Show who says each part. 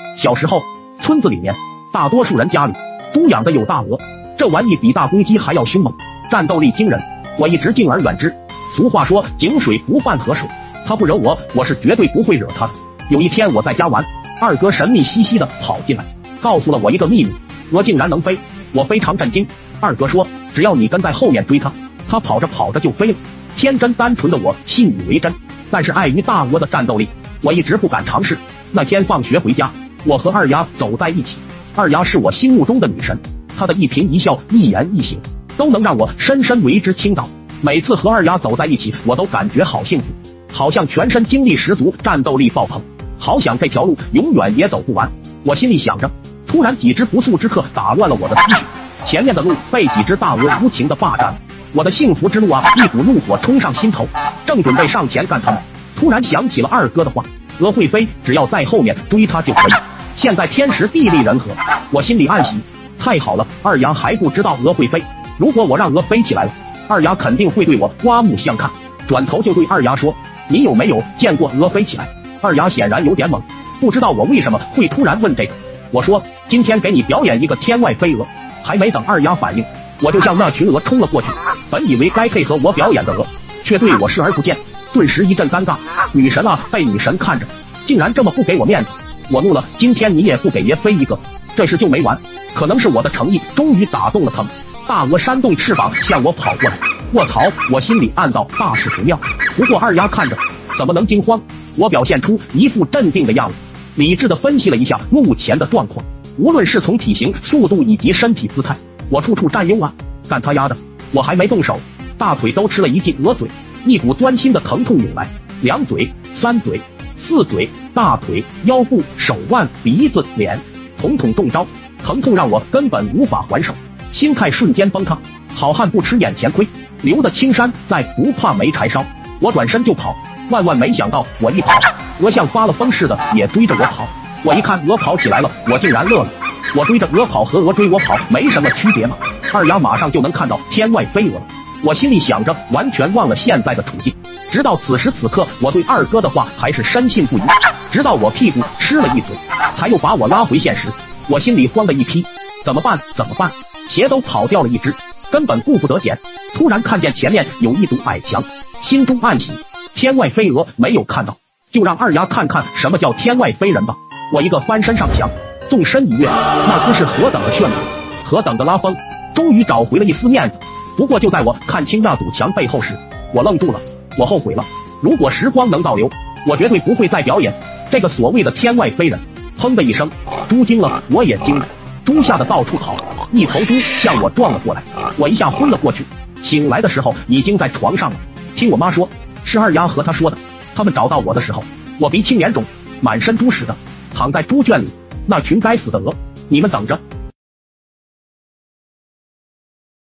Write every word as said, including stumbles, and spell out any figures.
Speaker 1: 小时候，村子里面大多数人家里都养的有大鹅，这玩意比大公鸡还要凶猛，战斗力惊人。我一直敬而远之。俗话说井水不犯河水，他不惹我，我是绝对不会惹他的。有一天我在家玩，二哥神秘兮兮的跑进来，告诉了我一个秘密，鹅竟然能飞。我非常震惊。二哥说，只要你跟在后面追它，它跑着跑着就飞了。天真单纯的我信以为真，但是碍于大鹅的战斗力，我一直不敢尝试。那天放学回家，我和二丫走在一起。二丫是我心目中的女神，她的一颦一笑一言一行都能让我深深为之倾倒。每次和二丫走在一起，我都感觉好幸福，好像全身精力十足，战斗力爆棚，好想这条路永远也走不完。我心里想着，突然几只不速之客打乱了我的思绪，前面的路被几只大鹅无情的霸占，我的幸福之路啊，一股怒火冲上心头，正准备上前干他们，突然想起了二哥的话，鹅会飞，只要在后面追它就可以。现在天时地利人和，我心里暗喜，太好了，二丫还不知道鹅会飞，如果我让鹅飞起来了，二丫肯定会对我刮目相看。转头就对二丫说，你有没有见过鹅飞起来？二丫显然有点懵，不知道我为什么会突然问这个。我说，今天给你表演一个天外飞鹅。还没等二丫反应，我就向那群鹅冲了过去。本以为该配合我表演的鹅，却对我视而不见，顿时一阵尴尬。女神啊，被女神看着，竟然这么不给我面子。我怒了，今天你也不给爷飞一个。这事就没完，可能是我的诚意终于打动了他们。大鹅扇动翅膀向我跑过来，卧槽！我心里暗道大事不妙。不过二丫看着怎么能惊慌？我表现出一副镇定的样子，理智地分析了一下目前的状况。无论是从体型、速度以及身体姿态，我处处占优啊！干他丫的！我还没动手，大腿都吃了一记鹅嘴，一股钻心的疼痛涌来，两嘴、三嘴、四嘴、大腿、腰部、手腕、鼻子、脸，统统中招，疼痛让我根本无法还手，心态瞬间崩塌。好汉不吃眼前亏，留得青山在，不怕没柴烧。我转身就跑，万万没想到，我一跑，鹅像发了疯似的也追着我跑。我一看鹅跑起来了，我竟然乐了。我追着鹅跑和鹅追我跑没什么区别嘛，二丫马上就能看到天外飞鹅了。我心里想着，完全忘了现在的处境。直到此时此刻，我对二哥的话还是深信不疑，直到我屁股吃了一嘴，才又把我拉回现实。我心里慌的一批，怎么办怎么办？鞋都跑掉了一只，根本顾不得捡。突然看见前面有一堵矮墙，心中暗喜，天外飞鹅没有看到，就让二丫看看什么叫天外飞人吧。我一个翻身上墙，纵身一跃，那姿势何等的炫酷，何等的拉风，终于找回了一丝面子。不过就在我看清那堵墙背后时，我愣住了，我后悔了。如果时光能倒流，我绝对不会再表演这个所谓的天外飞人。砰的一声，猪惊了，我也惊了，猪吓得到处跑，一头猪向我撞了过来，我一下昏了过去。醒来的时候已经在床上了，听我妈说，是二丫和她说的。他们找到我的时候，我鼻青脸肿，满身猪屎的，躺在猪圈里。那群该死的鹅，你们等着！